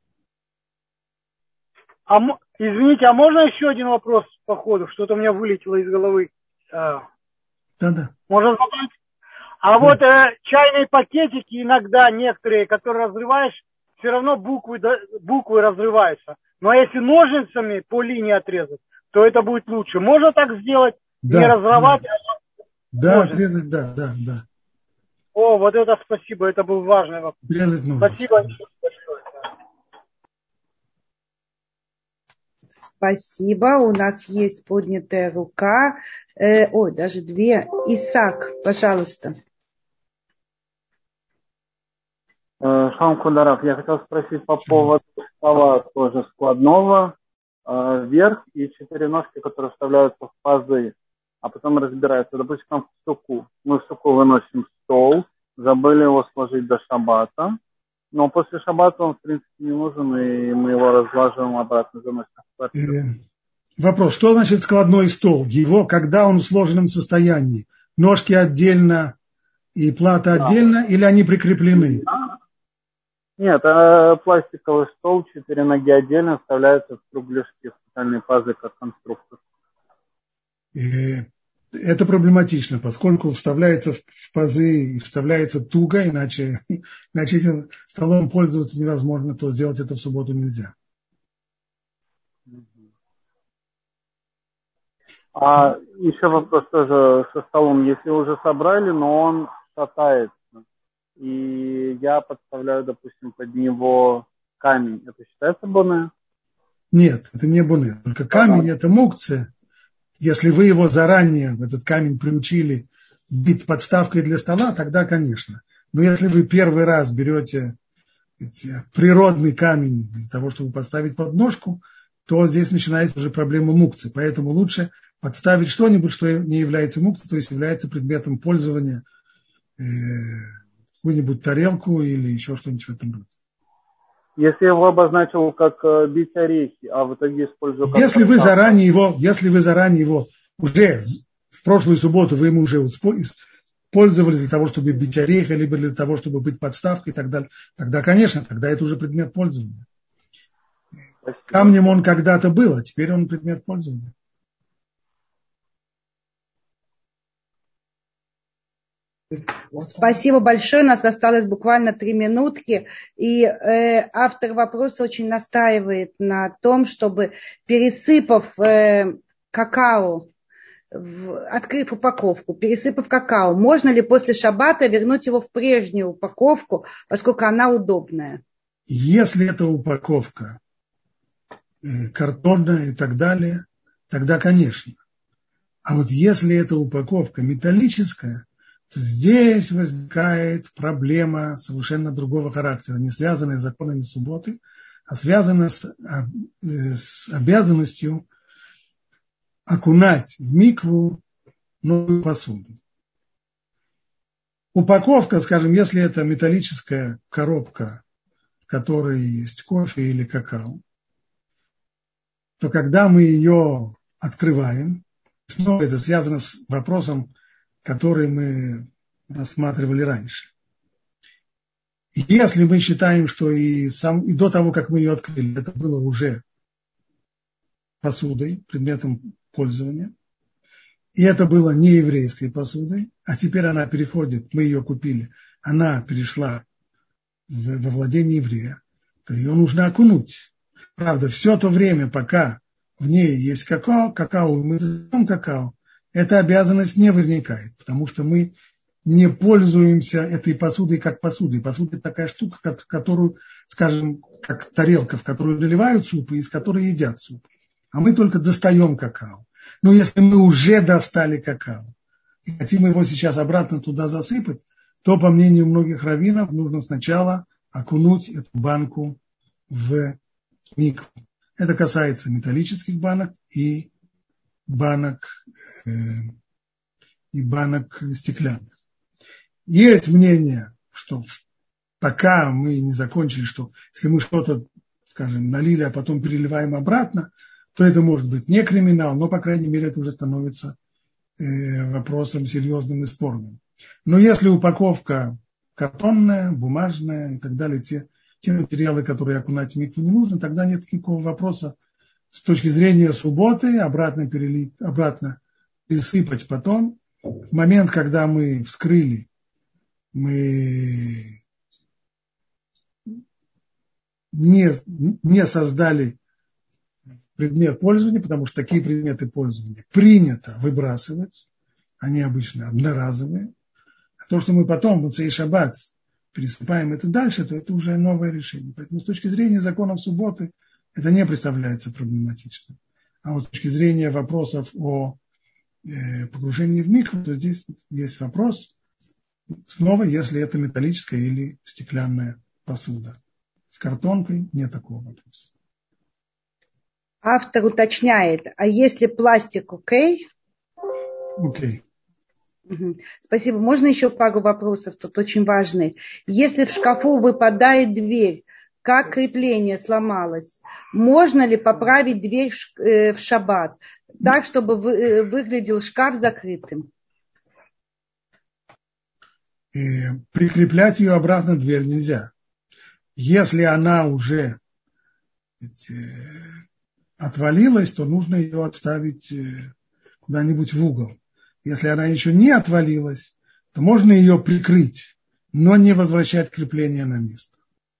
А, извините, а можно еще один вопрос по ходу? Что-то у меня вылетело из головы. Да-да. Можно задать? А да. Вот э, чайные пакетики иногда некоторые, которые разрываешь, все равно буквы, буквы разрываются. Но если ножницами по линии отрезать, то это будет лучше. Можно так сделать? Да, не разрывать? Да, да отрезать, да, да, да. О, вот это спасибо, это был важный вопрос. Отрезать ножницы. Спасибо большое. Спасибо. У нас есть поднятая рука. Э, ой, даже две. Исаак, пожалуйста. Шалом Кударов, я хотел спросить по поводу стола тоже складного, э, верх и четыре ножки, которые вставляются в пазы, а потом разбираются. Допустим, там в суку. Мы в суку выносим стол, забыли его сложить до шаббата, но после шаббата он, в принципе, не нужен, и мы его разлаживаем обратно, заносим в квартиру. Вопрос, что значит складной стол? Его, когда он в сложенном состоянии? Ножки отдельно и плата да. отдельно, или они прикреплены? Да. Нет, а пластиковый стол, четыре ноги отдельно вставляются в кругляшки, в специальные пазы, как конструктор. И это проблематично, поскольку вставляется в пазы и вставляется туго, иначе, иначе этим столом пользоваться невозможно, то сделать это в субботу нельзя. А еще вопрос тоже со столом. Если уже собрали, но он шатается, и я подставляю, допустим, под него камень, это считается боне? Нет, это не боне. Только камень – это мукция. Если вы его заранее, этот камень, приучили быть подставкой для стола, тогда, конечно. Но если вы первый раз берете природный камень для того, чтобы поставить подножку, то здесь начинается уже проблема мукции. Поэтому лучше подставить что-нибудь, что не является мукцией, то есть является предметом пользования, э, какую-нибудь тарелку или еще что-нибудь в этом роде. Если я его обозначил как э, бить орехи, а в итоге использую как... Если вы заранее его, если вы заранее его уже в прошлую субботу вы ему уже пользовались для того, чтобы бить орехи, либо для того, чтобы быть подставкой и так далее, тогда, конечно, тогда это уже предмет пользования. Спасибо. Камнем он когда-то был, а теперь он предмет пользования. Спасибо большое. У нас осталось буквально три минутки. И э, автор вопроса очень настаивает на том, чтобы, пересыпав э, какао, в, открыв упаковку, пересыпав какао, можно ли после шаббата вернуть его в прежнюю упаковку, поскольку она удобная? Если эта упаковка э, картонная и так далее, тогда конечно. А вот если эта упаковка металлическая, здесь возникает проблема совершенно другого характера, не связанная с законами субботы, а связанная с, с обязанностью окунать в микву новую посуду. Упаковка, скажем, если это металлическая коробка, в которой есть кофе или какао, то когда мы ее открываем, снова это связано с вопросом, который мы рассматривали раньше. Если мы считаем, что и, сам, и до того, как мы ее открыли, это было уже посудой, предметом пользования, и это было не еврейской посудой, а теперь она переходит, мы ее купили, она перешла во владение еврея, то ее нужно окунуть. Правда, все то время, пока в ней есть какао, какао, и мы даем какао, эта обязанность не возникает, потому что мы не пользуемся этой посудой как посудой. Посуда – это такая штука, в которую, скажем, как тарелка, в которую наливают суп и из которой едят суп. А мы только достаем какао. Но если мы уже достали какао и хотим его сейчас обратно туда засыпать, то, по мнению многих раввинов, нужно сначала окунуть эту банку в микву. Это касается металлических банок и банок, э, и банок стеклянных. Есть мнение, что пока мы не закончили, что если мы что-то, скажем, налили, а потом переливаем обратно, то это может быть не криминал, но, по крайней мере, это уже становится э, вопросом серьезным и спорным. Но если упаковка картонная, бумажная и так далее, те, те материалы, которые окунать в микву не нужно, тогда нет никакого вопроса с точки зрения субботы, обратно перелить, обратно пересыпать потом. В момент, когда мы вскрыли, мы не, не создали предмет пользования, потому что такие предметы пользования принято выбрасывать, они обычно одноразовые. А то, что мы потом в Моцей Шаббат пересыпаем это дальше, то это уже новое решение. Поэтому с точки зрения законов субботы это не представляется проблематичным. А вот с точки зрения вопросов о э, погружении в микву, то здесь есть вопрос, снова, если это металлическая или стеклянная посуда. С картонкой нет такого вопроса. Автор уточняет, а если пластик окей? Окей. Угу. Спасибо. Можно еще пару вопросов, тут очень важные. Если в шкафу выпадает дверь, как крепление сломалось, можно ли поправить дверь в шаббат так, чтобы выглядел шкаф закрытым? И прикреплять ее обратно дверь нельзя. Если она уже отвалилась, то нужно ее отставить куда-нибудь в угол. Если она еще не отвалилась, то можно ее прикрыть, но не возвращать крепление на место.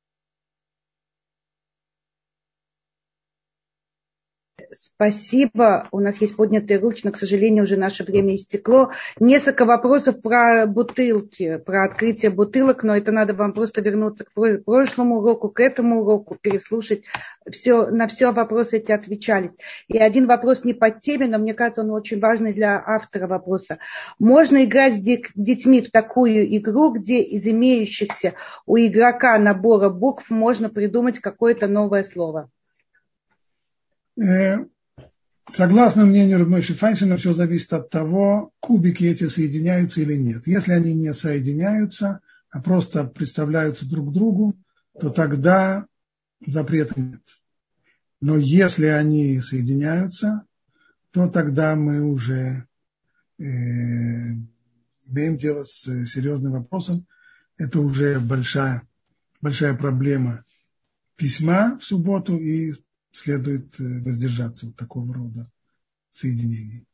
Спасибо. У нас есть поднятые руки, но, к сожалению, уже наше время истекло. Несколько вопросов про бутылки, про открытие бутылок, но это надо вам просто вернуться к прошлому уроку, к этому уроку, переслушать. Все, на все вопросы эти отвечались. И один вопрос не по теме, но мне кажется, он очень важный для автора вопроса. Можно играть с детьми в такую игру, где из имеющихся у игрока набора букв можно придумать какое-то новое слово? Согласно мнению Рав Мойше Файнштейна, все зависит от того, кубики эти соединяются или нет. Если они не соединяются, а просто представляются друг другу, то тогда запрета нет. Но если они соединяются, то тогда мы уже э, имеем дело с серьезным вопросом. Это уже большая, большая проблема письма в субботу, и следует воздержаться от такого рода соединений.